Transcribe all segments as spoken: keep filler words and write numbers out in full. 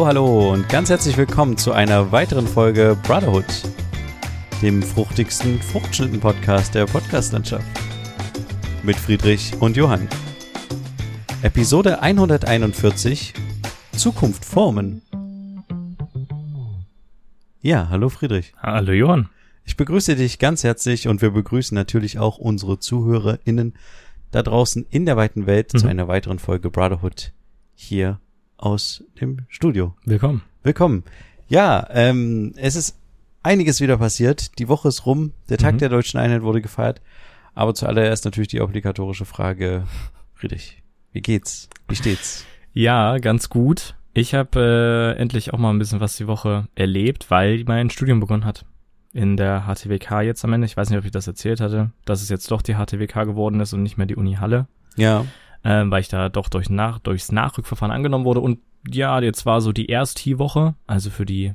hallo und ganz herzlich willkommen zu einer weiteren Folge Brotherhood, dem fruchtigsten Fruchtschnitten-Podcast der Podcastlandschaft. Mit Friedrich und Johann. Episode hunderteinundvierzig, Zukunft formen. Ja, hallo Friedrich. Hallo Johann. Ich begrüße dich ganz herzlich und wir begrüßen natürlich auch unsere ZuhörerInnen da draußen in der weiten Welt mhm. zu einer weiteren Folge Brotherhood hier aus dem Studio. Willkommen. Willkommen. Ja, ähm, es ist einiges wieder passiert. Die Woche ist rum. Der Tag mhm. der Deutschen Einheit wurde gefeiert. Aber zuallererst natürlich die obligatorische Frage, Friedrich, wie geht's? Wie steht's? Ja, ganz gut. Ich habe äh, endlich auch mal ein bisschen was die Woche erlebt, weil mein Studium begonnen hat. In der H T W K jetzt am Ende. Ich weiß nicht, ob ich das erzählt hatte, dass es jetzt doch die H T W K geworden ist und nicht mehr die Uni Halle. Ja. Ähm, weil ich da doch durch nach, durchs Nachrückverfahren angenommen wurde. Und ja, jetzt war so die Erst-Woche, also für die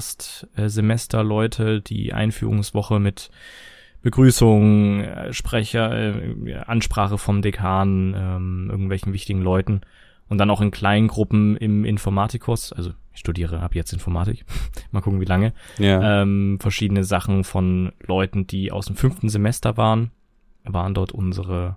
Erstsemesterleute, die Einführungswoche mit Begrüßung, äh, Sprecher, äh, Ansprache vom Dekan, ähm, irgendwelchen wichtigen Leuten. Und dann auch in kleinen Gruppen im Informatikkurs, also ich studiere ab jetzt Informatik, mal gucken wie lange, ja. ähm, verschiedene Sachen von Leuten, die aus dem fünften Semester waren, waren dort unsere,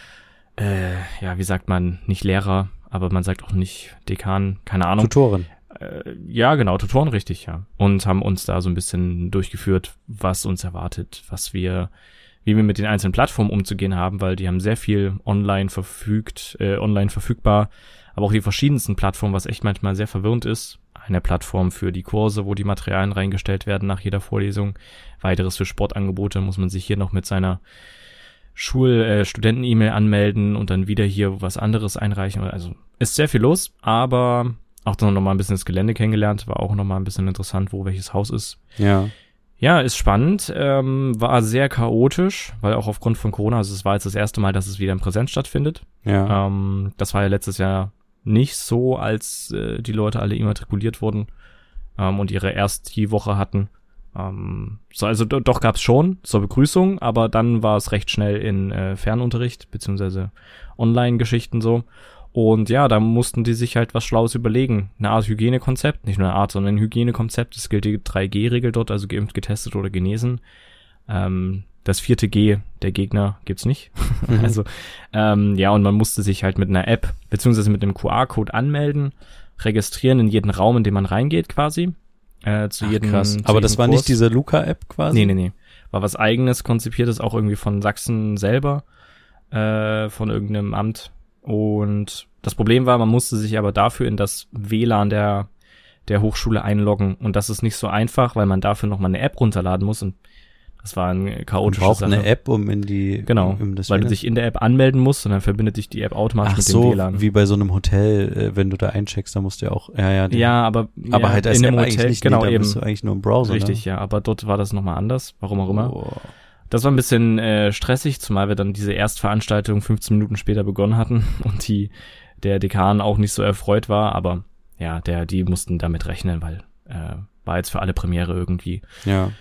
äh, ja, wie sagt man, nicht Lehrer, aber man sagt auch nicht Dekan, keine Ahnung. Tutoren. Äh, ja, genau, Tutoren, richtig, ja. Und haben uns da so ein bisschen durchgeführt, was uns erwartet, was wir, wie wir mit den einzelnen Plattformen umzugehen haben, weil die haben sehr viel online verfügt, äh, online verfügbar, aber auch die verschiedensten Plattformen, was echt manchmal sehr verwirrend ist. Eine Plattform für die Kurse, wo die Materialien reingestellt werden nach jeder Vorlesung. Weiteres für Sportangebote muss man sich hier noch mit seiner Schul-, äh, Studenten-E-Mail anmelden und dann wieder hier was anderes einreichen. Also ist sehr viel los, aber auch dann noch mal ein bisschen das Gelände kennengelernt, war auch noch mal ein bisschen interessant, wo welches Haus ist. Ja. Ja, ist spannend, ähm, war sehr chaotisch, weil auch aufgrund von Corona, also es war jetzt das erste Mal, dass es wieder in Präsenz stattfindet. Ja. Ähm, das war ja letztes Jahr nicht so, als äh, die Leute alle immatrikuliert wurden ähm, und ihre erste Woche hatten. Ähm, so, also do, doch gab's schon zur Begrüßung, aber dann war es recht schnell in äh, Fernunterricht beziehungsweise Online-Geschichten so. Und ja, da mussten die sich halt was Schlaues überlegen. Eine Art Hygienekonzept, nicht nur eine Art, sondern ein Hygienekonzept. Es gilt die drei G Regel dort, also geimpft, getestet oder genesen. Ähm, das vierte G, der Gegner, gibt's nicht. Mhm. Also, ähm, ja, und man musste sich halt mit einer App, beziehungsweise mit einem Q R-Code anmelden, registrieren in jeden Raum, in den man reingeht quasi. Äh, zu Ach, jedem, krass. zu Aber das jedem war Kurs. nicht diese Luca-App quasi? Nee, nee, nee. War was Eigenes, konzipiertes, auch irgendwie von Sachsen selber, äh, von irgendeinem Amt. Und das Problem war, man musste sich aber dafür in das W L A N der der Hochschule einloggen. Und das ist nicht so einfach, weil man dafür nochmal eine App runterladen muss. Und das war eine chaotische man braucht Sache. Eine App, um in die... Genau, um das weil W L A N? du dich in der App anmelden musst und dann verbindet dich die App automatisch Ach mit so, dem W L A N. Wie bei so einem Hotel, äh, wenn du da eincheckst, da musst du ja auch... Ja, ja, ja aber, aber ja, halt als in App einem eigentlich Hotel, nicht. genau, Nee, da eben. bist du eigentlich nur im Browser. Richtig, ne? ja, aber dort war das nochmal anders, warum auch immer. Oh. Das war ein bisschen äh, stressig, zumal wir dann diese Erstveranstaltung fünfzehn Minuten später begonnen hatten und die der Dekan auch nicht so erfreut war, aber ja, der die mussten damit rechnen, weil äh, war jetzt für alle Premiere irgendwie. Ja.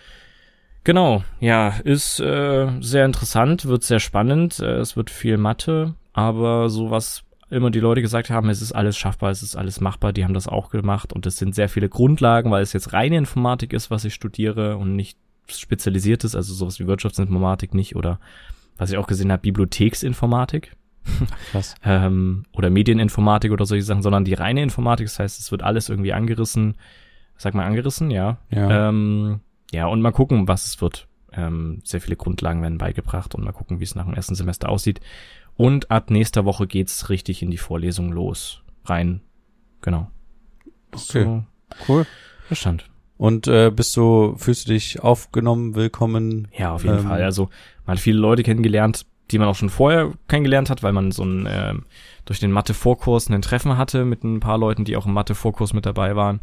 Genau, ja, ist äh, sehr interessant, wird sehr spannend, äh, es wird viel Mathe, aber so was immer die Leute gesagt haben, es ist alles schaffbar, es ist alles machbar, die haben das auch gemacht und es sind sehr viele Grundlagen, weil es jetzt reine Informatik ist, was ich studiere und nicht spezialisiert ist, also sowas wie Wirtschaftsinformatik nicht oder was ich auch gesehen habe, Bibliotheksinformatik. Krass. ähm, oder Medieninformatik oder solche Sachen, sondern die reine Informatik, das heißt, es wird alles irgendwie angerissen, sag mal angerissen, ja. Ja, ähm, ja und mal gucken, was es wird. Ähm, sehr viele Grundlagen werden beigebracht und mal gucken, wie es nach dem ersten Semester aussieht. Und ab nächster Woche geht's richtig in die Vorlesung los. Rein, genau. Okay, so, cool. Verstand. Und äh, bist du, fühlst du dich aufgenommen, willkommen? Ja, auf jeden ähm, Fall. Also man hat viele Leute kennengelernt, die man auch schon vorher kennengelernt hat, weil man so ein äh, durch den Mathe-Vorkurs ein Treffen hatte mit ein paar Leuten, die auch im Mathe-Vorkurs mit dabei waren.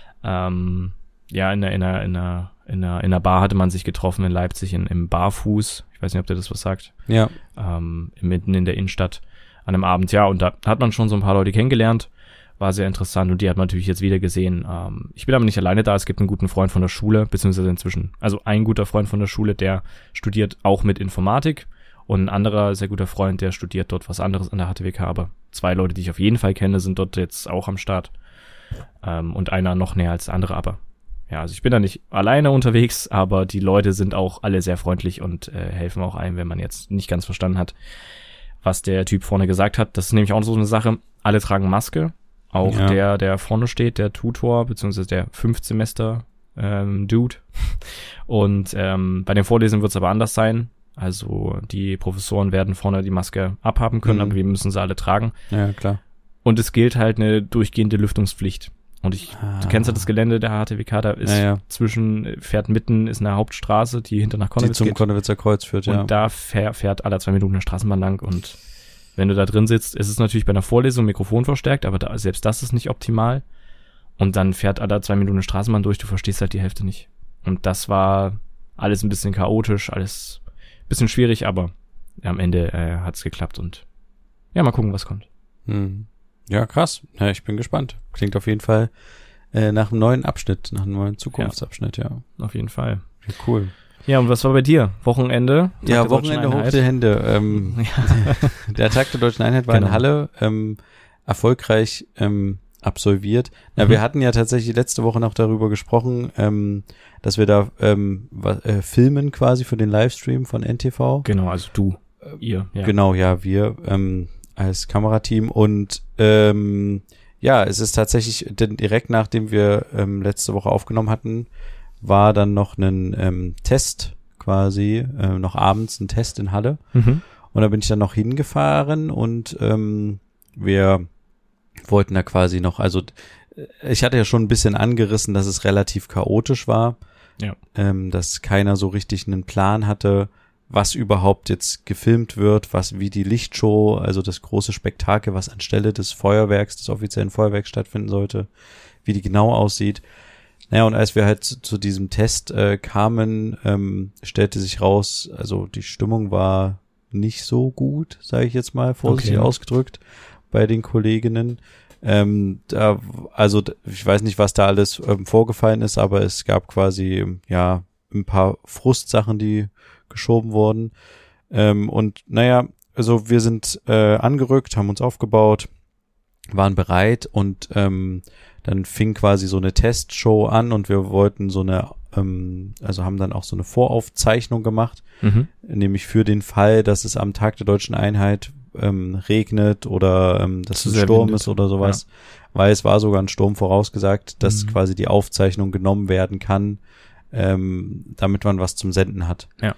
Ähm, ja, in der in der in der in der in der Bar hatte man sich getroffen in Leipzig in, im Barfuß. Ich weiß nicht, ob der das was sagt. Ja. Ähm, mitten in der Innenstadt an einem Abend. Ja, und da hat man schon so ein paar Leute kennengelernt. War sehr interessant und die hat man natürlich jetzt wieder gesehen. Ähm, ich bin aber nicht alleine da. Es gibt einen guten Freund von der Schule, beziehungsweise inzwischen, also ein guter Freund von der Schule, der studiert auch mit Informatik. Und ein anderer sehr guter Freund, der studiert dort was anderes an der H T W K, aber zwei Leute, die ich auf jeden Fall kenne, sind dort jetzt auch am Start. Ähm, und einer noch näher als der andere, aber ja, also ich bin da nicht alleine unterwegs, aber die Leute sind auch alle sehr freundlich und äh, helfen auch einem, wenn man jetzt nicht ganz verstanden hat, was der Typ vorne gesagt hat. Das ist nämlich auch so eine Sache. Alle tragen Maske. Auch ja. der, der vorne steht, der Tutor, beziehungsweise der Fünfsemester ähm, Dude. Und ähm, bei den Vorlesungen wird es aber anders sein. Also die Professoren werden vorne die Maske abhaben können, mhm. aber wir müssen sie alle tragen. Ja, klar. Und es gilt halt eine durchgehende Lüftungspflicht. Und ich, ah. du kennst ja das Gelände der H T W K, da ist ja, ja. zwischen, fährt mitten, ist eine Hauptstraße, die hinter nach Konnewitz geht. Die zum geht. Konnewitzer Kreuz führt, ja. Und da fähr, fährt alle zwei Minuten eine Straßenbahn lang. Und wenn du da drin sitzt, ist es natürlich bei einer Vorlesung Mikrofon verstärkt, aber da, selbst das ist nicht optimal. Und dann fährt alle zwei Minuten eine Straßenbahn durch, du verstehst halt die Hälfte nicht. Und das war alles ein bisschen chaotisch, alles ein bisschen schwierig, aber ja, am Ende äh, hat's geklappt und ja, mal gucken, was kommt. Hm. Ja, krass. Ja, ich bin gespannt. Klingt auf jeden Fall äh, nach einem neuen Abschnitt, nach einem neuen Zukunftsabschnitt, ja. ja. Auf jeden Fall. Ja, cool. Ja, und was war bei dir? Wochenende? Tag ja, Wochenende hoch die Hände. Ähm, ja. Der Tag der Deutschen Einheit war genau. in Halle, ähm, erfolgreich ähm, absolviert. Na, mhm. wir hatten ja tatsächlich letzte Woche noch darüber gesprochen, ähm, dass wir da ähm, was, äh, filmen quasi für den Livestream von N T V. Genau, also du, äh, ihr. Ja. Genau, ja, wir ähm, als Kamerateam und ähm, ja, es ist tatsächlich denn direkt nachdem wir ähm, letzte Woche aufgenommen hatten, war dann noch ein ähm, Test quasi, äh, noch abends ein Test in Halle. Mhm. Und da bin ich dann noch hingefahren und ähm, wir wollten da quasi noch, also ich hatte ja schon ein bisschen angerissen, dass es relativ chaotisch war, ja. ähm, dass keiner so richtig einen Plan hatte, was überhaupt jetzt gefilmt wird, was wie die Lichtshow, also das große Spektakel, was anstelle des Feuerwerks, des offiziellen Feuerwerks stattfinden sollte, wie die genau aussieht. Naja, und als wir halt zu, zu diesem Test äh, kamen, ähm, stellte sich raus, also die Stimmung war nicht so gut, sage ich jetzt mal, vorsichtig okay. ausgedrückt, bei den Kolleginnen. Ähm, da, also ich weiß nicht, was da alles ähm, vorgefallen ist, aber es gab quasi ja ein paar Frustsachen, die geschoben wurden. Ähm, und naja, also wir sind äh, angerückt, haben uns aufgebaut, waren bereit und ähm, dann fing quasi so eine Testshow an und wir wollten so eine, ähm, also haben dann auch so eine Voraufzeichnung gemacht, mhm. nämlich für den Fall, dass es am Tag der Deutschen Einheit ähm, regnet oder ähm, dass es ein Sturm windet. Ist oder sowas, ja. weil es war sogar ein Sturm vorausgesagt, dass mhm. quasi die Aufzeichnung genommen werden kann, ähm, damit man was zum Senden hat. Ja.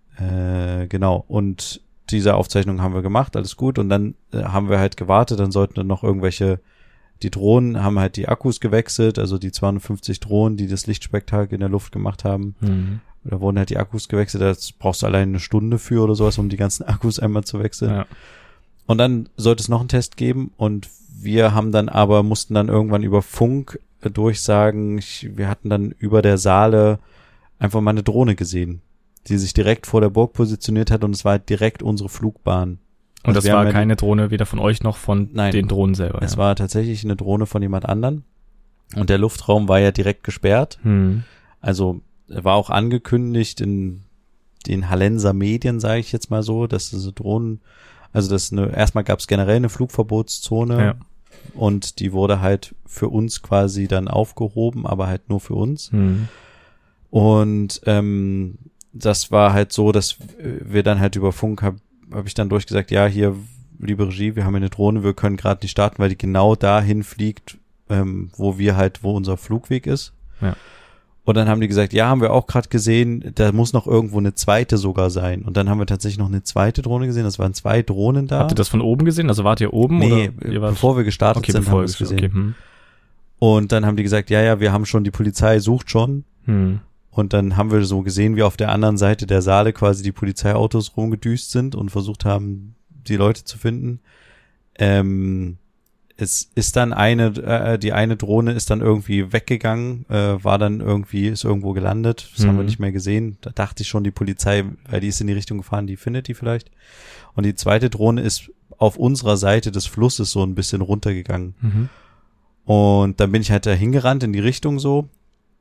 Äh, genau, und diese Aufzeichnung haben wir gemacht, alles gut, und dann äh, haben wir halt gewartet, dann sollten dann noch irgendwelche, die Drohnen haben halt die Akkus gewechselt, also die zweihundertfünfzig Drohnen, die das Lichtspektakel in der Luft gemacht haben, mhm. da wurden halt die Akkus gewechselt, da brauchst du allein eine Stunde für oder sowas, um die ganzen Akkus einmal zu wechseln. Ja. Und dann sollte es noch einen Test geben und wir haben dann aber, mussten dann irgendwann über Funk äh, durchsagen, ich, wir hatten dann über der Saale einfach mal eine Drohne gesehen, die sich direkt vor der Burg positioniert hat und es war halt direkt unsere Flugbahn. Und also das war keine die, Drohne weder von euch noch von nein, den Drohnen selber. Es ja. war tatsächlich eine Drohne von jemand anderen und der Luftraum war ja direkt gesperrt. Hm. Also war auch angekündigt in den Hallenser Medien, sage ich jetzt mal so, dass diese Drohnen, also das eine, erstmal gab es generell eine Flugverbotszone ja. und die wurde halt für uns quasi dann aufgehoben, aber halt nur für uns. Hm. Und ähm, das war halt so, dass wir dann halt über Funk hab, habe ich dann durchgesagt, ja, hier, liebe Regie, wir haben eine Drohne, wir können gerade nicht starten, weil die genau dahin fliegt, ähm, wo wir halt, wo unser Flugweg ist. Ja. Und dann haben die gesagt, ja, haben wir auch gerade gesehen, da muss noch irgendwo eine zweite sogar sein. Und dann haben wir tatsächlich noch eine zweite Drohne gesehen, das waren zwei Drohnen da. Habt ihr das von oben gesehen? Also wart ihr oben? Nee, oder ihr wart bevor wir gestartet okay, sind, haben wir es gesehen. Okay, hm. Und dann haben die gesagt, ja, ja, wir haben schon, die Polizei sucht schon. Hm. Und dann haben wir so gesehen, wie auf der anderen Seite der Saale quasi die Polizeiautos rumgedüst sind und versucht haben, die Leute zu finden. Ähm, es ist dann eine, äh, die eine Drohne ist dann irgendwie weggegangen, äh, war dann irgendwie, ist irgendwo gelandet. Das mhm. haben wir nicht mehr gesehen. Da dachte ich schon, die Polizei, weil die ist in die Richtung gefahren, die findet die vielleicht. Und die zweite Drohne ist auf unserer Seite des Flusses so ein bisschen runtergegangen. Mhm. Und dann bin ich halt da hingerannt in die Richtung so.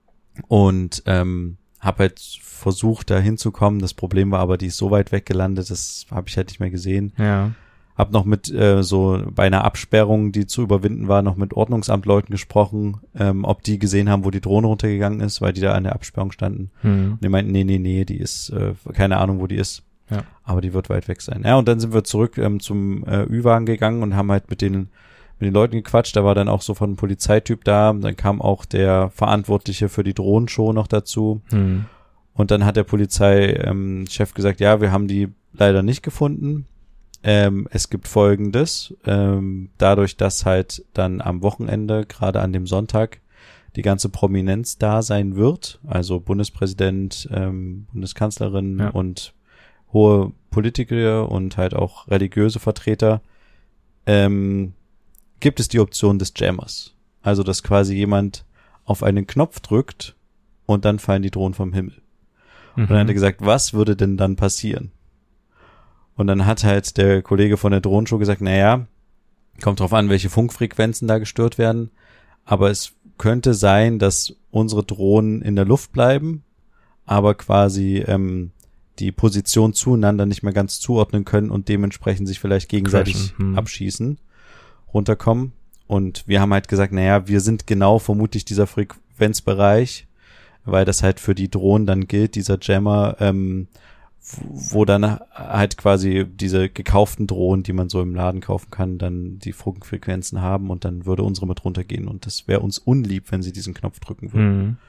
Und ähm, habe halt versucht, da hinzukommen. Das Problem war aber, die ist so weit weggelandet, das habe ich halt nicht mehr gesehen. Ja. hab noch mit äh, so bei einer Absperrung, die zu überwinden war, noch mit Ordnungsamtleuten gesprochen, ähm, ob die gesehen haben, wo die Drohne runtergegangen ist, weil die da an der Absperrung standen. Mhm. Und die meinten, nee, nee, nee, die ist, äh, keine Ahnung, wo die ist. Ja. Aber die wird weit weg sein. Ja, und dann sind wir zurück ähm, zum äh, Ü-Wagen gegangen und haben halt mit den mit den Leuten gequatscht. Da war dann auch so von einem Polizeityp da. Dann kam auch der Verantwortliche für die Drohnenshow noch dazu. Mhm. Und dann hat der Polizeichef ähm, gesagt, ja, wir haben die leider nicht gefunden. Ähm, es gibt Folgendes, ähm, dadurch, dass halt dann am Wochenende, gerade an dem Sonntag, die ganze Prominenz da sein wird, also Bundespräsident, ähm, Bundeskanzlerin ja. und hohe Politiker und halt auch religiöse Vertreter, ähm, gibt es die Option des Jammers. Also, dass quasi jemand auf einen Knopf drückt und dann fallen die Drohnen vom Himmel. Mhm. Und dann hat er gesagt, was würde denn dann passieren? Und dann hat halt der Kollege von der Drohnenshow gesagt, naja, kommt drauf an, welche Funkfrequenzen da gestört werden, aber es könnte sein, dass unsere Drohnen in der Luft bleiben, aber quasi ähm, die Position zueinander nicht mehr ganz zuordnen können und dementsprechend sich vielleicht gegenseitig hm. abschießen, runterkommen. Und wir haben halt gesagt, naja, wir sind genau vermutlich dieser Frequenzbereich, weil das halt für die Drohnen dann gilt, dieser Jammer, ähm, wo dann halt quasi diese gekauften Drohnen, die man so im Laden kaufen kann, dann die Funkfrequenzen haben und dann würde unsere mit runtergehen und das wäre uns unlieb, wenn sie diesen Knopf drücken würden. Mhm.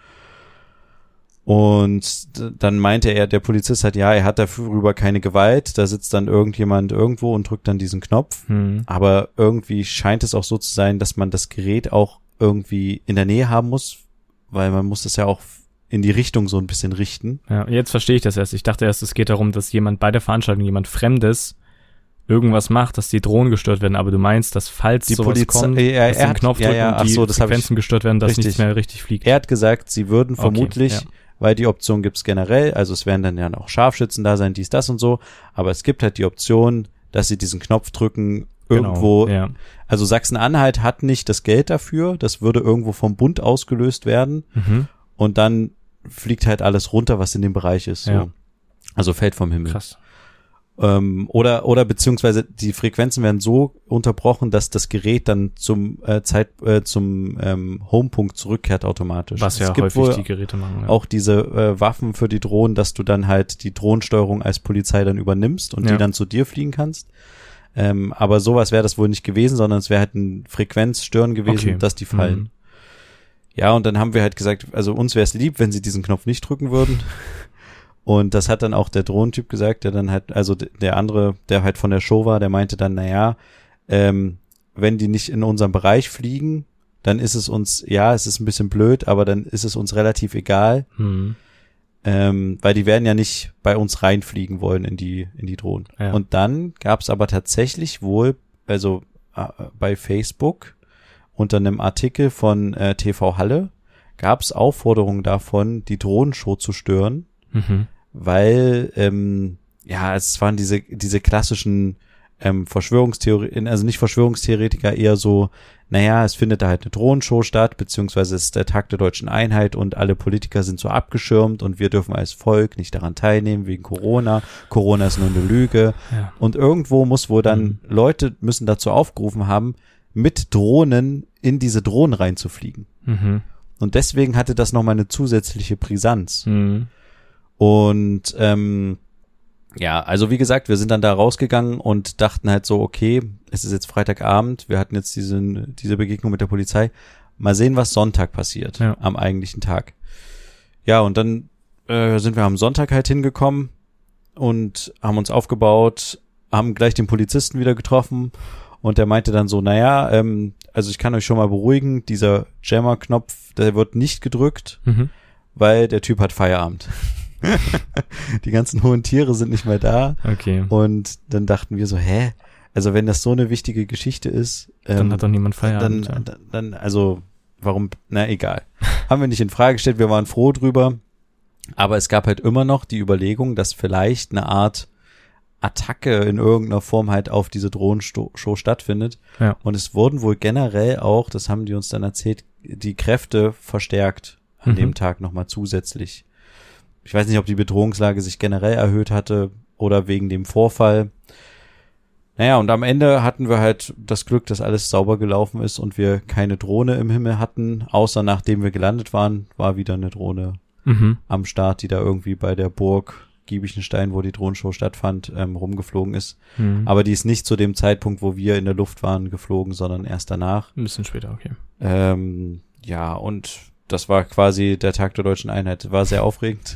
Und dann meinte er, der Polizist hat, ja, er hat darüber keine Gewalt, da sitzt dann irgendjemand irgendwo und drückt dann diesen Knopf, mhm. aber irgendwie scheint es auch so zu sein, dass man das Gerät auch irgendwie in der Nähe haben muss, weil man muss das ja auch in die Richtung so ein bisschen richten. Ja, jetzt verstehe ich das erst. Ich dachte erst, es geht darum, dass jemand bei der Veranstaltung, jemand Fremdes, irgendwas macht, dass die Drohnen gestört werden. Aber du meinst, dass falls die sowas Polizei, kommt, er, dass er den Knopf drücken ja, ja, und die so, das Frequenzen gestört werden, dass richtig. nichts mehr richtig fliegt. Er hat gesagt, sie würden vermutlich, okay, ja. weil die Option gibt's generell, also es werden dann ja auch Scharfschützen da sein, dies, das und so, aber es gibt halt die Option, dass sie diesen Knopf drücken, irgendwo, genau, ja. Also Sachsen-Anhalt hat nicht das Geld dafür, das würde irgendwo vom Bund ausgelöst werden mhm. und dann fliegt halt alles runter, was in dem Bereich ist. So. Ja. Also fällt vom Himmel. Krass. Ähm, oder oder beziehungsweise die Frequenzen werden so unterbrochen, dass das Gerät dann zum äh, Zeit äh, zum ähm, Homepunkt zurückkehrt automatisch. Was ja es gibt häufig wohl die Geräte machen. Ja. Auch diese äh, Waffen für die Drohnen, dass du dann halt die Drohnensteuerung als Polizei dann übernimmst und ja. die dann zu dir fliegen kannst. Ähm, aber sowas wäre das wohl nicht gewesen, sondern es wäre halt ein Frequenzstören gewesen, okay. dass die fallen. Mhm. Ja, und dann haben wir halt gesagt, also uns wäre es lieb, wenn sie diesen Knopf nicht drücken würden. Und das hat dann auch der Drohnentyp gesagt, der dann halt, also der andere, der halt von der Show war, der meinte dann, naja, ähm, wenn die nicht in unserem Bereich fliegen, dann ist es uns, ja, es ist ein bisschen blöd, aber dann ist es uns relativ egal, mhm. ähm, weil die werden ja nicht bei uns reinfliegen wollen in die in die Drohnen. Ja. Und dann gab es aber tatsächlich wohl, also äh, bei Facebook unter einem Artikel von äh, T V Halle gab es Aufforderungen davon, die Drohnenshow zu stören, mhm. weil ähm, ja, es waren diese diese klassischen ähm, Verschwörungstheorien, also nicht Verschwörungstheoretiker, eher so, naja, es findet da halt eine Drohnenshow statt, beziehungsweise es ist der Tag der deutschen Einheit und alle Politiker sind so abgeschirmt und wir dürfen als Volk nicht daran teilnehmen wegen Corona. Corona ist nur eine Lüge. Ja. Und irgendwo muss wohl dann, mhm. Leute müssen dazu aufgerufen haben, mit Drohnen in diese Drohnen reinzufliegen. Mhm. Und deswegen hatte das nochmal eine zusätzliche Brisanz. Mhm. Und ähm, ja, also wie gesagt, wir sind dann da rausgegangen und dachten halt so, okay, es ist jetzt Freitagabend, wir hatten jetzt diese, diese Begegnung mit der Polizei, mal sehen, was Sonntag passiert, ja. am eigentlichen Tag. Ja, und dann äh, sind wir am Sonntag halt hingekommen und haben uns aufgebaut, haben gleich den Polizisten wieder getroffen und der meinte dann so, naja, ähm, also ich kann euch schon mal beruhigen, dieser Jammer-Knopf, der wird nicht gedrückt, mhm. weil der Typ hat Feierabend. Die ganzen hohen Tiere sind nicht mehr da. Okay. Und dann dachten wir so, hä? Also wenn das so eine wichtige Geschichte ist, ähm, dann hat doch niemand Feierabend. Dann, dann, dann, also warum, na egal. Haben wir nicht in Frage gestellt, wir waren froh drüber. Aber es gab halt immer noch die Überlegung, dass vielleicht eine Art Attacke in irgendeiner Form halt auf diese Drohnenshow stattfindet. Ja. Und es wurden wohl generell auch, das haben die uns dann erzählt, die Kräfte verstärkt an mhm. dem Tag nochmal zusätzlich. Ich weiß nicht, ob die Bedrohungslage sich generell erhöht hatte oder wegen dem Vorfall. Naja, und am Ende hatten wir halt das Glück, dass alles sauber gelaufen ist und wir keine Drohne im Himmel hatten, außer nachdem wir gelandet waren, war wieder eine Drohne mhm. am Start, die da irgendwie bei der Burg Giebichenstein, wo die Drohnenshow stattfand, ähm, rumgeflogen ist. Mhm. Aber die ist nicht zu dem Zeitpunkt, wo wir in der Luft waren, geflogen, sondern erst danach. Ein bisschen später, okay. Ähm, ja, und das war quasi der Tag der deutschen Einheit. War sehr aufregend,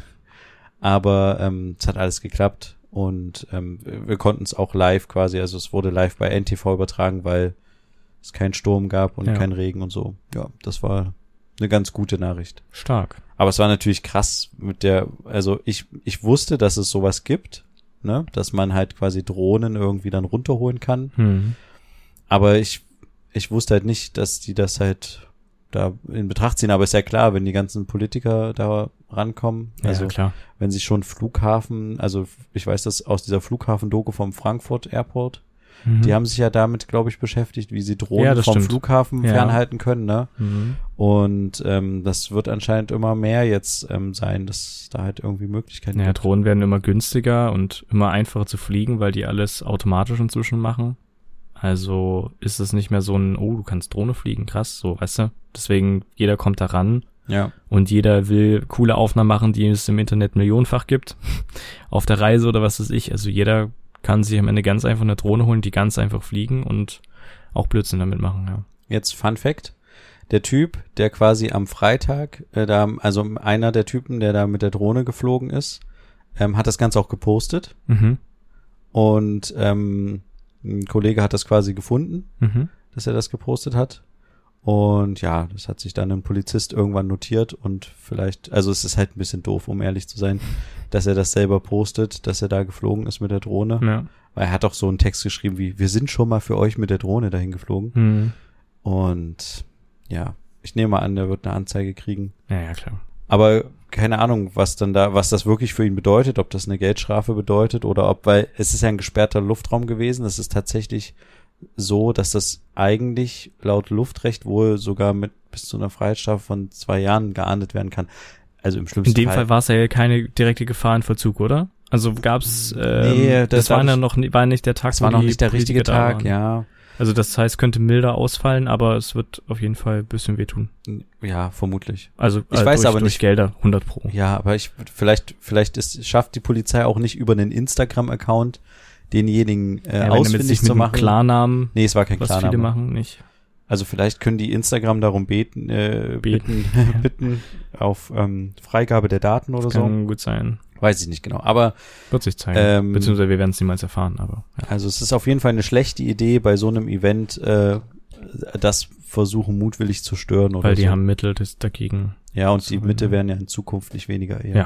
aber ähm, es hat alles geklappt. Und ähm, wir konnten es auch live quasi, also es wurde live bei N T V übertragen, weil es keinen Sturm gab und ja. keinen Regen und so. Ja, das war eine ganz gute Nachricht. Stark. Aber es war natürlich krass mit der, also ich ich wusste, dass es sowas gibt, ne, dass man halt quasi Drohnen irgendwie dann runterholen kann. Hm. Aber ich ich wusste halt nicht, dass die das halt da in Betracht ziehen. Aber ist ja klar, wenn die ganzen Politiker da rankommen, also ja, klar. wenn sie schon Flughafen, also ich weiß das aus dieser Flughafen-Doku vom Frankfurt Airport, mhm. die haben sich ja damit, glaube ich, beschäftigt, wie sie Drohnen ja, vom stimmt. Flughafen ja. fernhalten können, ne? Mhm. Und ähm, das wird anscheinend immer mehr jetzt ähm, sein, dass da halt irgendwie Möglichkeiten ja, gibt. Drohnen werden immer günstiger und immer einfacher zu fliegen, weil die alles automatisch inzwischen machen. Also ist es nicht mehr so ein, oh, du kannst Drohne fliegen, krass, so, weißt du? Deswegen, jeder kommt da ran. Ja. Und jeder will coole Aufnahmen machen, die es im Internet millionenfach gibt. Auf der Reise oder was weiß ich. Also jeder kann sich am Ende ganz einfach eine Drohne holen, die ganz einfach fliegen und auch Blödsinn damit machen, ja. Jetzt Fun Fact. Der Typ, der quasi am Freitag, äh, da, also einer der Typen, der da mit der Drohne geflogen ist, ähm, hat das Ganze auch gepostet. Mhm. Und ähm, ein Kollege hat das quasi gefunden, mhm. dass er das gepostet hat. Und ja, das hat sich dann ein Polizist irgendwann notiert und vielleicht, also es ist halt ein bisschen doof, um ehrlich zu sein, dass er das selber postet, dass er da geflogen ist mit der Drohne. Ja. Weil er hat auch so einen Text geschrieben wie, wir sind schon mal für euch mit der Drohne dahin geflogen. Mhm. Und ja, ich nehme mal an, der wird eine Anzeige kriegen. Ja, ja, klar. Aber keine Ahnung, was dann da, was das wirklich für ihn bedeutet, ob das eine Geldstrafe bedeutet oder ob, weil es ist ja ein gesperrter Luftraum gewesen, es ist tatsächlich so, dass das eigentlich laut Luftrecht wohl sogar mit bis zu einer Freiheitsstrafe von zwei Jahren geahndet werden kann. Also im schlimmsten Fall. In dem Fall, Fall war es ja keine direkte Gefahr in Vollzug, oder? Also gab's, ähm, nee, das, das war war nicht, ja noch, war nicht der Tag, das war noch nicht der richtige Tag, ja. Also das heißt, könnte milder ausfallen, aber es wird auf jeden Fall ein bisschen wehtun. Ja, vermutlich. Also ich äh, weiß durch, aber durch nicht Gelder, hundert Pro. Ja, aber ich vielleicht vielleicht ist schafft die Polizei auch nicht über einen Instagram-Account denjenigen äh, ja, ausfindig zu machen. Klarnamen. Nee, es war kein was Klarname. Viele machen nicht. Also vielleicht können die Instagram darum beten, äh, beten, bitten, bitten auf ähm, Freigabe der Daten oder das so. Kann gut sein. Weiß ich nicht genau, aber wird sich zeigen. Ähm, Beziehungsweise wir werden es niemals erfahren, aber ja. Also es ist auf jeden Fall eine schlechte Idee, bei so einem Event äh, das versuchen mutwillig zu stören oder weil die so. haben Mittel das dagegen. Ja, und die Mittel werden ja in Zukunft nicht weniger eher. Ja.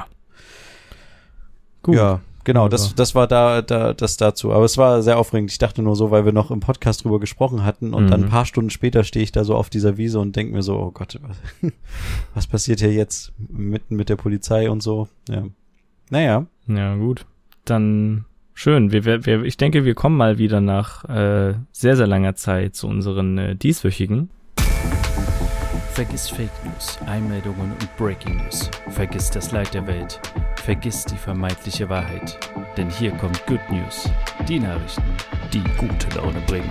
Gut. Ja, genau, das das war da da das dazu, aber es war sehr aufregend. Ich dachte nur so, weil wir noch im Podcast drüber gesprochen hatten und mhm. dann ein paar Stunden später stehe ich da so auf dieser Wiese und denke mir so, oh Gott, was, was passiert hier jetzt mitten mit der Polizei und so. Ja. Naja. Ja, gut. Dann schön. Wir, wir, ich denke, wir kommen mal wieder nach äh, sehr, sehr langer Zeit zu unseren äh, dieswöchigen. Vergiss Fake News, Einmeldungen und Breaking News. Vergiss das Leid der Welt. Vergiss die vermeintliche Wahrheit. Denn hier kommt Good News. Die Nachrichten, die gute Laune bringen.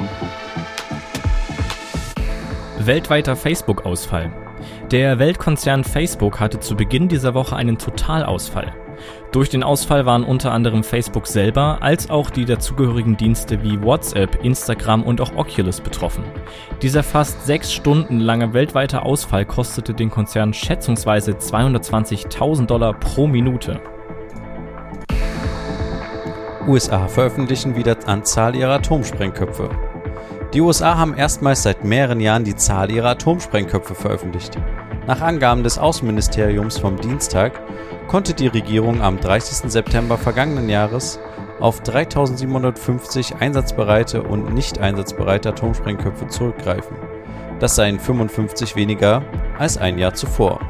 Weltweiter Facebook-Ausfall. Der Weltkonzern Facebook hatte zu Beginn dieser Woche einen Totalausfall. Durch den Ausfall waren unter anderem Facebook selber, als auch die dazugehörigen Dienste wie WhatsApp, Instagram und auch Oculus betroffen. Dieser fast sechs Stunden lange weltweite Ausfall kostete den Konzern schätzungsweise zweihundertzwanzigtausend Dollar pro Minute. U S A veröffentlichen wieder Anzahl ihrer Atomsprengköpfe. Die U S A haben erstmals seit mehreren Jahren die Zahl ihrer Atomsprengköpfe veröffentlicht. Nach Angaben des Außenministeriums vom Dienstag konnte die Regierung am dreißigsten September vergangenen Jahres auf dreitausendsiebenhundertfünfzig einsatzbereite und nicht einsatzbereite Atomsprengköpfe zurückgreifen. Das seien fünfundfünfzig weniger als ein Jahr zuvor.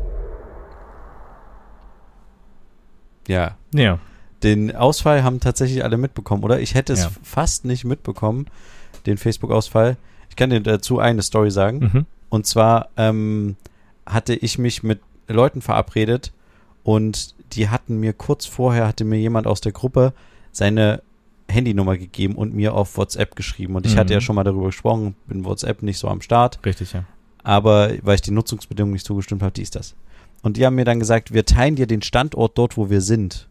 Ja. Ja. Den Ausfall haben tatsächlich alle mitbekommen, oder? Ich hätte es ja. fast nicht mitbekommen, den Facebook-Ausfall. Ich kann dir dazu eine Story sagen. Mhm. Und zwar ähm, hatte ich mich mit Leuten verabredet und die hatten mir kurz vorher, hatte mir jemand aus der Gruppe seine Handynummer gegeben und mir auf WhatsApp geschrieben. Und ich Mhm. hatte ja schon mal darüber gesprochen, bin WhatsApp nicht so am Start. Richtig, ja. Aber weil ich die Nutzungsbedingungen nicht zugestimmt habe, dies, das. Und die haben mir dann gesagt, wir teilen dir den Standort dort, wo wir sind.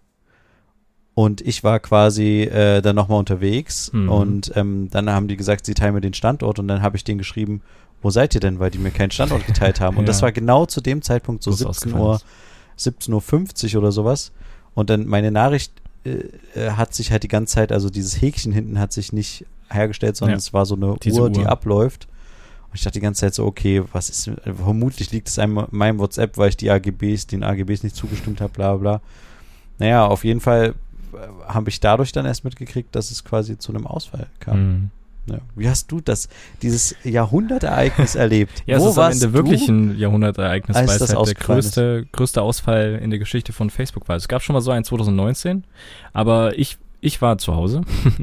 Und ich war quasi äh, dann nochmal unterwegs Mhm. und ähm, dann haben die gesagt, sie teilen mir den Standort und dann habe ich denen geschrieben, wo seid ihr denn, weil die mir keinen Standort geteilt haben. Und Ja. das war genau zu dem Zeitpunkt so Wo es siebzehn ausgefallen Uhr, ist. siebzehn Uhr fünfzig oder sowas. Und dann meine Nachricht äh, hat sich halt die ganze Zeit, also dieses Häkchen hinten hat sich nicht hergestellt, sondern Ja. es war so eine Diese Uhr, die Uhr. abläuft. Und ich dachte die ganze Zeit so, okay, was ist, vermutlich liegt es an meinem WhatsApp, weil ich die A G Bs, den A G Bs nicht zugestimmt habe, bla bla. Naja, auf jeden Fall habe ich dadurch dann erst mitgekriegt, dass es quasi zu einem Ausfall kam. Mhm. Ja. Wie hast du das, dieses Jahrhundertereignis erlebt? Ja, Wo es ist am warst Ende du? wirklich ein Jahrhundertereignis, als weil es das halt der ausgefallen größte, größte Ausfall in der Geschichte von Facebook war. Es gab schon mal so einen zwanzig neunzehn, aber ich, ich war zu Hause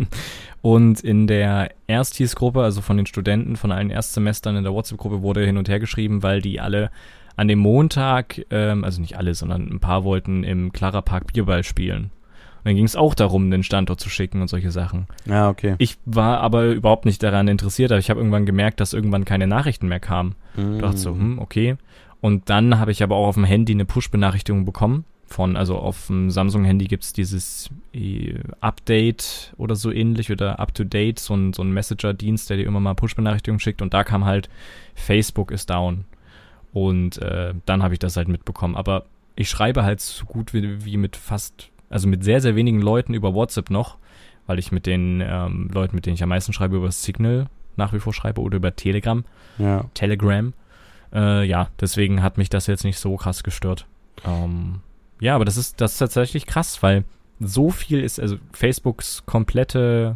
und in der Erstis-Gruppe, also von den Studenten, von allen Erstsemestern in der WhatsApp-Gruppe wurde hin und her geschrieben, weil die alle an dem Montag, ähm, also nicht alle, sondern ein paar wollten im Clara Park Bierball spielen. Und dann ging es auch darum, den Standort zu schicken und solche Sachen. Ja, okay. Ich war aber überhaupt nicht daran interessiert, aber ich habe irgendwann gemerkt, dass irgendwann keine Nachrichten mehr kamen. Mhm. Ich dachte so, hm, okay. Und dann habe ich aber auch auf dem Handy eine Push-Benachrichtigung bekommen. Von, also auf dem Samsung-Handy gibt es dieses äh, Update oder so ähnlich oder Up-to-Date, so ein, so ein Messenger-Dienst, der dir immer mal Push-Benachrichtigungen schickt. Und da kam halt, Facebook ist down. Und äh, dann habe ich das halt mitbekommen. Aber ich schreibe halt so gut wie, wie mit fast, also mit sehr, sehr wenigen Leuten über WhatsApp noch, weil ich mit den ähm, Leuten, mit denen ich am meisten schreibe, über Signal nach wie vor schreibe oder über Telegram. Ja. Telegram. Äh, ja, deswegen hat mich das jetzt nicht so krass gestört. Ähm, ja, aber das ist, das ist tatsächlich krass, weil so viel ist, also Facebooks komplette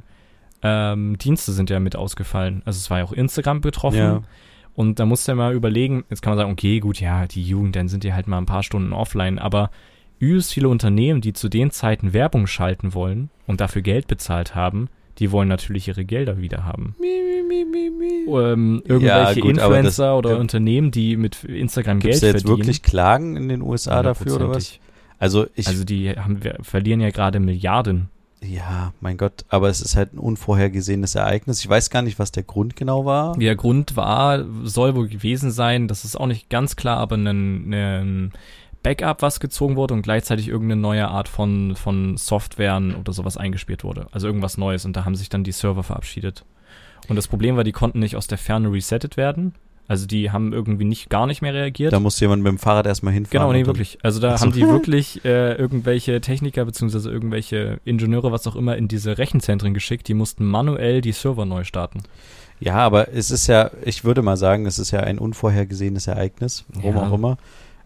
ähm, Dienste sind ja mit ausgefallen. Also es war ja auch Instagram betroffen. Ja. Und da musst du ja mal überlegen, jetzt kann man sagen, okay, gut, ja, die Jugend, dann sind die halt mal ein paar Stunden offline, aber übelst viele Unternehmen, die zu den Zeiten Werbung schalten wollen und dafür Geld bezahlt haben, die wollen natürlich ihre Gelder wieder haben. Mi, mi, mi, mi. Ähm, irgendwelche Ja, gut, aber Influencer das- oder ja. Unternehmen, die mit Instagram Gibt's Geld da jetzt verdienen. wirklich Klagen in den U S A dafür oder was? Hundertprozentig. Also ich, Also die haben, wir verlieren ja gerade Milliarden. ja, mein Gott, aber es ist halt ein unvorhergesehenes Ereignis. Ich weiß gar nicht, was der Grund genau war. Der Grund war, soll wohl gewesen sein, das ist auch nicht ganz klar, aber ein, ein Backup, was gezogen wurde und gleichzeitig irgendeine neue Art von, von Softwaren oder sowas eingespielt wurde. Also irgendwas Neues und da haben sich dann die Server verabschiedet. Und das Problem war, die konnten nicht aus der Ferne resettet werden. Also die haben irgendwie nicht gar nicht mehr reagiert. Da musste jemand mit dem Fahrrad erstmal hinfahren. Genau, nee, und dann- wirklich. Also da Ach so. haben die wirklich äh, irgendwelche Techniker beziehungsweise irgendwelche Ingenieure, was auch immer, in diese Rechenzentren geschickt. Die mussten manuell die Server neu starten. Ja, aber es ist ja, ich würde mal sagen, es ist ja ein unvorhergesehenes Ereignis, warum Ja. auch immer.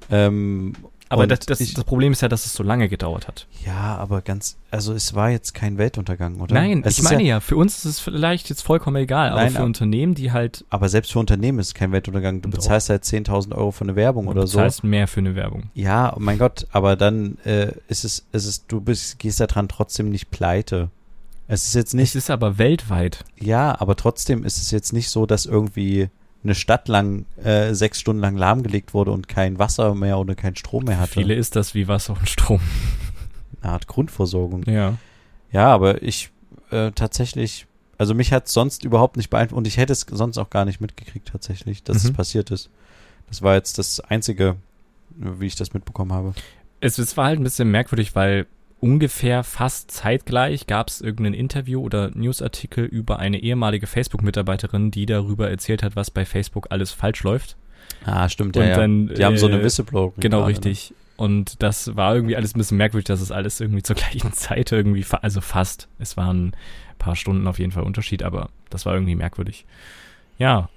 Ähm, Aber und das, das, ich, das Problem ist ja, dass es so lange gedauert hat. ja, aber ganz, also es war jetzt kein Weltuntergang, oder? Nein, es ich ist meine ja, ja, für uns ist es vielleicht jetzt vollkommen egal, aber Nein, für aber- Unternehmen, die halt aber selbst für Unternehmen ist es kein Weltuntergang. Du Doch. bezahlst halt zehntausend Euro für eine Werbung oder so. bezahlst mehr für eine Werbung. Ja, oh mein Gott, aber dann äh, ist es, ist es, du bist, gehst daran trotzdem nicht pleite. Es ist jetzt nicht, Es ist aber weltweit. ja, aber trotzdem ist es jetzt nicht so, dass irgendwie eine Stadt lang, äh, sechs Stunden lang lahmgelegt wurde und kein Wasser mehr oder kein Strom mehr hatte. Viele ist das wie Wasser und Strom. Eine Art Grundversorgung. Ja. Ja, aber ich äh, tatsächlich, also mich hat es sonst überhaupt nicht beeinflusst und ich hätte es sonst auch gar nicht mitgekriegt tatsächlich, dass es Mhm. passiert ist. Das war jetzt das Einzige, wie ich das mitbekommen habe. Es, es war halt ein bisschen merkwürdig, weil ungefähr fast zeitgleich gab es irgendein Interview oder Newsartikel über eine ehemalige Facebook-Mitarbeiterin, die darüber erzählt hat, was bei Facebook alles falsch läuft. Ah, stimmt, Und ja, ja. dann, Die haben so eine äh, Whistleblower. Genau, gerade, richtig. Und das war irgendwie alles ein bisschen merkwürdig, dass es alles irgendwie zur gleichen Zeit irgendwie, fa- also fast. Es waren ein paar Stunden auf jeden Fall Unterschied, aber das war irgendwie merkwürdig. Ja,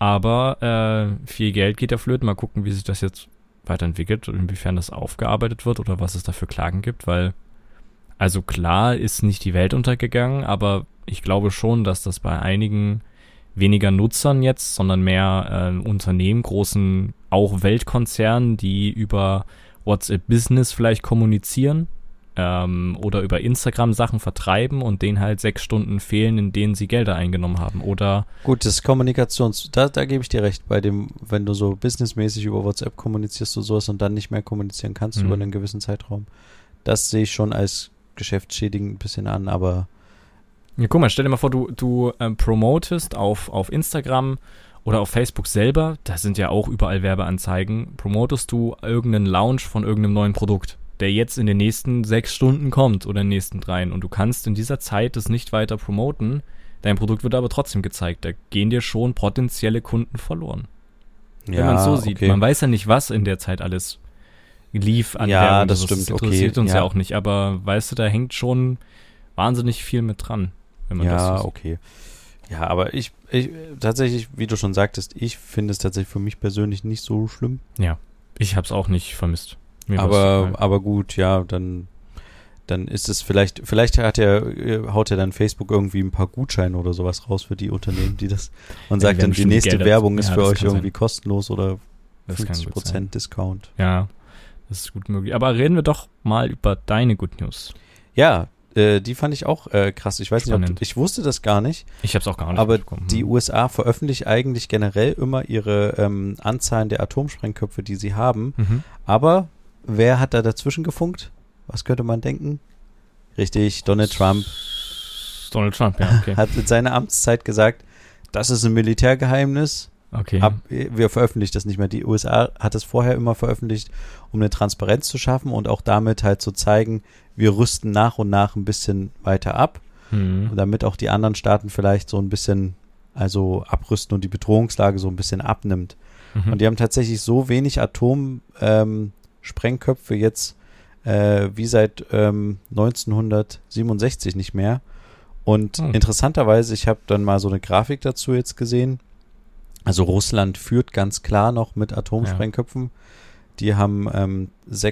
aber äh, viel Geld geht ja flöten. Mal gucken, wie sich das jetzt weiterentwickelt und inwiefern das aufgearbeitet wird oder was es da für Klagen gibt, weil also klar ist nicht die Welt untergegangen, aber ich glaube schon, dass das bei einigen weniger Nutzern jetzt, sondern mehr äh, Unternehmen, großen, auch Weltkonzernen, die über WhatsApp Business vielleicht kommunizieren ähm, oder über Instagram Sachen vertreiben und denen halt sechs Stunden fehlen, in denen sie Gelder eingenommen haben. Oder Gut, das Kommunikations, da, da gebe ich dir recht, bei dem, wenn du so businessmäßig über WhatsApp kommunizierst und sowas und dann nicht mehr kommunizieren kannst Mhm. über einen gewissen Zeitraum, das sehe ich schon als geschäftsschädigend ein bisschen an, aber Ja, guck mal, stell dir mal vor, du, du ähm, promotest auf, auf Instagram oder auf Facebook selber, da sind ja auch überall Werbeanzeigen, promotest du irgendeinen Launch von irgendeinem neuen Produkt, der jetzt in den nächsten sechs Stunden kommt oder in den nächsten dreien und du kannst in dieser Zeit das nicht weiter promoten, dein Produkt wird aber trotzdem gezeigt, da gehen dir schon potenzielle Kunden verloren. Ja, wenn man es so sieht. Okay. Man weiß ja nicht, was in der Zeit alles lief an ja, Werbung. Das, das stimmt. interessiert okay. uns ja. ja auch nicht, aber weißt du, da hängt schon wahnsinnig viel mit dran. Wenn man ja, das so sieht. okay. Ja, aber ich, ich, tatsächlich, wie du schon sagtest, ich finde es tatsächlich für mich persönlich nicht so schlimm. Ja, ich habe es auch nicht vermisst. Mir aber, aber gut, ja, dann, dann ist es vielleicht, vielleicht hat er, haut er dann Facebook irgendwie ein paar Gutscheine oder sowas raus für die Unternehmen, die das, und ja, sagt dann, die nächste Geld Werbung ist ja, für euch irgendwie sein. kostenlos oder fünfzig Prozent Discount. Ja, das ist gut möglich. Aber reden wir doch mal über deine Good News. Ja, Äh, die fand ich auch äh, krass. Ich weiß Spannend. nicht, ob du, ich wusste das gar nicht. Ich habe es auch gar nicht Aber bekommen. Die U S A veröffentlichen eigentlich generell immer ihre ähm, Anzahlen der Atomsprengköpfe, die sie haben. Mhm. Aber wer hat da dazwischen gefunkt? Was könnte man denken? Richtig, Donald Trump. Donald Trump, ja, okay. Hat in seiner Amtszeit gesagt, das ist ein Militärgeheimnis. Okay. Ab, wir veröffentlichen das nicht mehr. Die U S A hat es vorher immer veröffentlicht, um eine Transparenz zu schaffen und auch damit halt zu zeigen, wir rüsten nach und nach ein bisschen weiter ab, mhm. damit auch die anderen Staaten vielleicht so ein bisschen, also abrüsten und die Bedrohungslage so ein bisschen abnimmt. Mhm. Und die haben tatsächlich so wenig Atomsprengköpfe ähm, jetzt äh, wie seit ähm, neunzehnhundertsiebenundsechzig nicht mehr. Und mhm. interessanterweise, ich habe dann mal so eine Grafik dazu jetzt gesehen. Also Russland führt ganz klar noch mit Atomsprengköpfen. Ja. Die haben ähm,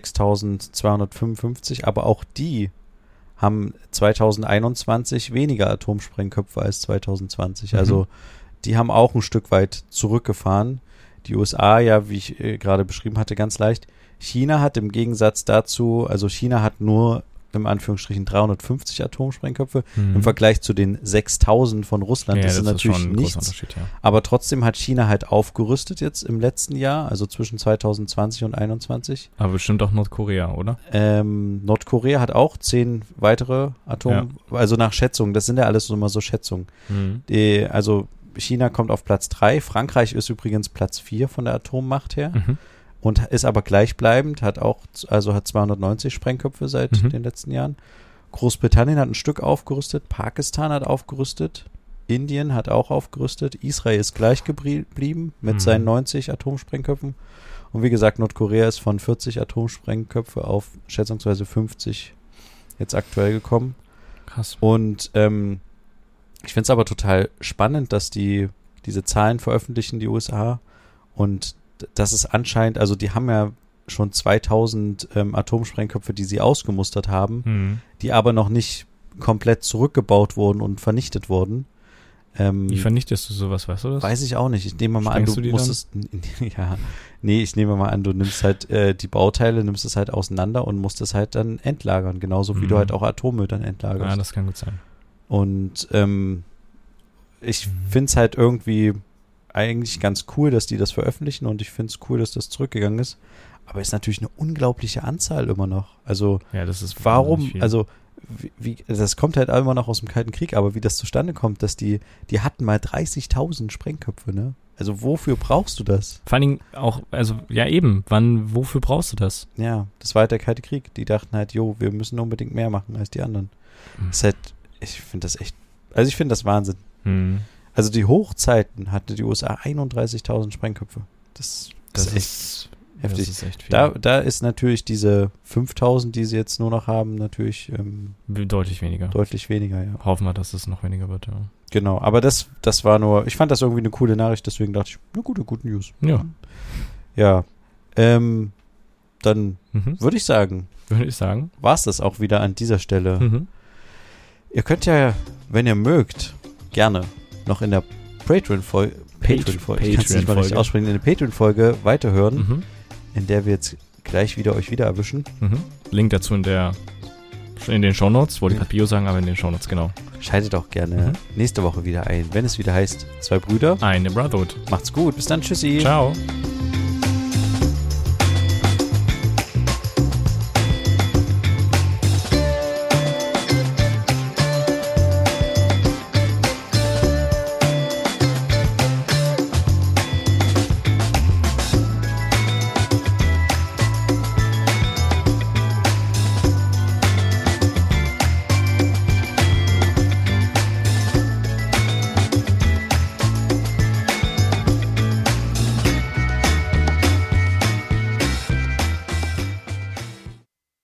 sechstausendzweihundertfünfundfünfzig, aber auch die haben zweitausendeinundzwanzig weniger Atomsprengköpfe als zweitausendzwanzig. Mhm. Also die haben auch ein Stück weit zurückgefahren. Die U S A, ja, wie ich äh, gerade beschrieben hatte, ganz leicht. China hat im Gegensatz dazu, also China hat nur im Anführungsstrichen dreihundertfünfzig Atomsprengköpfe mhm. im Vergleich zu den sechstausend von Russland. Ja, das, das ist natürlich ist schon ein nichts. Ja. Aber trotzdem hat China halt aufgerüstet jetzt im letzten Jahr, also zwischen zweitausendzwanzig und einundzwanzig. Aber bestimmt auch Nordkorea, oder? Ähm, Nordkorea hat auch zehn weitere Atom, ja. also nach Schätzungen, das sind ja alles immer so Schätzungen. Mhm. Die, also China kommt auf Platz drei, Frankreich ist übrigens Platz vier von der Atommacht her. Mhm. Und ist aber gleichbleibend, hat auch, also hat zweihundertneunzig Sprengköpfe seit mhm. den letzten Jahren. Großbritannien hat ein Stück aufgerüstet, Pakistan hat aufgerüstet, Indien hat auch aufgerüstet, Israel ist gleich geblieben mit mhm. seinen neunzig Atomsprengköpfen. Und wie gesagt, Nordkorea ist von vierzig Atomsprengköpfe auf schätzungsweise fünfzig jetzt aktuell gekommen. Krass. Und ähm, ich finde es aber total spannend, dass die diese Zahlen veröffentlichen, die U S A, und das ist anscheinend, also die haben ja schon zweitausend ähm, Atomsprengköpfe, die sie ausgemustert haben, mhm. die aber noch nicht komplett zurückgebaut wurden und vernichtet wurden. Ähm, Wie vernichtest du sowas, weißt du das? Weiß ich auch nicht. Ich nehme mal Sprengst an, du, du musstest, ja, nee, ich nehme mal an, du nimmst halt äh, die Bauteile, nimmst es halt auseinander und musst es halt dann entlagern, genauso wie mhm. du halt auch Atommüll dann entlagerst. Ja, das kann gut sein. Und ähm, ich Mhm. finde es halt irgendwie eigentlich ganz cool, dass die das veröffentlichen, und ich finde es cool, dass das zurückgegangen ist. Aber ist natürlich eine unglaubliche Anzahl immer noch. Also Ja, das ist warum, viel. also wie, wie, das kommt halt immer noch aus dem Kalten Krieg, aber wie das zustande kommt, dass die, die hatten mal dreißigtausend Sprengköpfe, ne? Also wofür brauchst du das? Vor allen Dingen auch, also ja eben, wann, wofür brauchst du das? Ja, das war halt der Kalte Krieg. Die dachten halt, jo, wir müssen unbedingt mehr machen als die anderen. Mhm. Das ist halt, ich finde das echt, also ich finde das Wahnsinn. Mhm. Also die Hochzeiten hatte die U S A einunddreißigtausend Sprengköpfe. Das, das, Das ist echt ist heftig. Das ist echt viel. Da, da ist natürlich diese fünftausend, die sie jetzt nur noch haben, natürlich ähm, Deutlich weniger. deutlich weniger, ja. Hoffen wir, dass es noch weniger wird, ja. Genau, aber das, das war nur, ich fand das irgendwie eine coole Nachricht, deswegen dachte ich, eine gute, gute News. Ja. Ja, ähm, dann Mhm. würde ich sagen, Würde ich sagen. war es das auch wieder an dieser Stelle. Mhm. Ihr könnt ja, wenn ihr mögt, gerne noch in der Patreon-Folge, Patreon-Folge, ich kann es nicht mal richtig Patreon-Folge. aussprechen, in der Patreon-Folge weiterhören, Mhm. in der wir jetzt gleich wieder euch wieder erwischen. Mhm. Link dazu in der in den Shownotes, wollte ich Ja. gerade Bio sagen, aber in den Shownotes, genau. Schaltet auch gerne Mhm. nächste Woche wieder ein, wenn es wieder heißt, zwei Brüder. Eine Brotherhood. Macht's gut, bis dann, tschüssi. Ciao.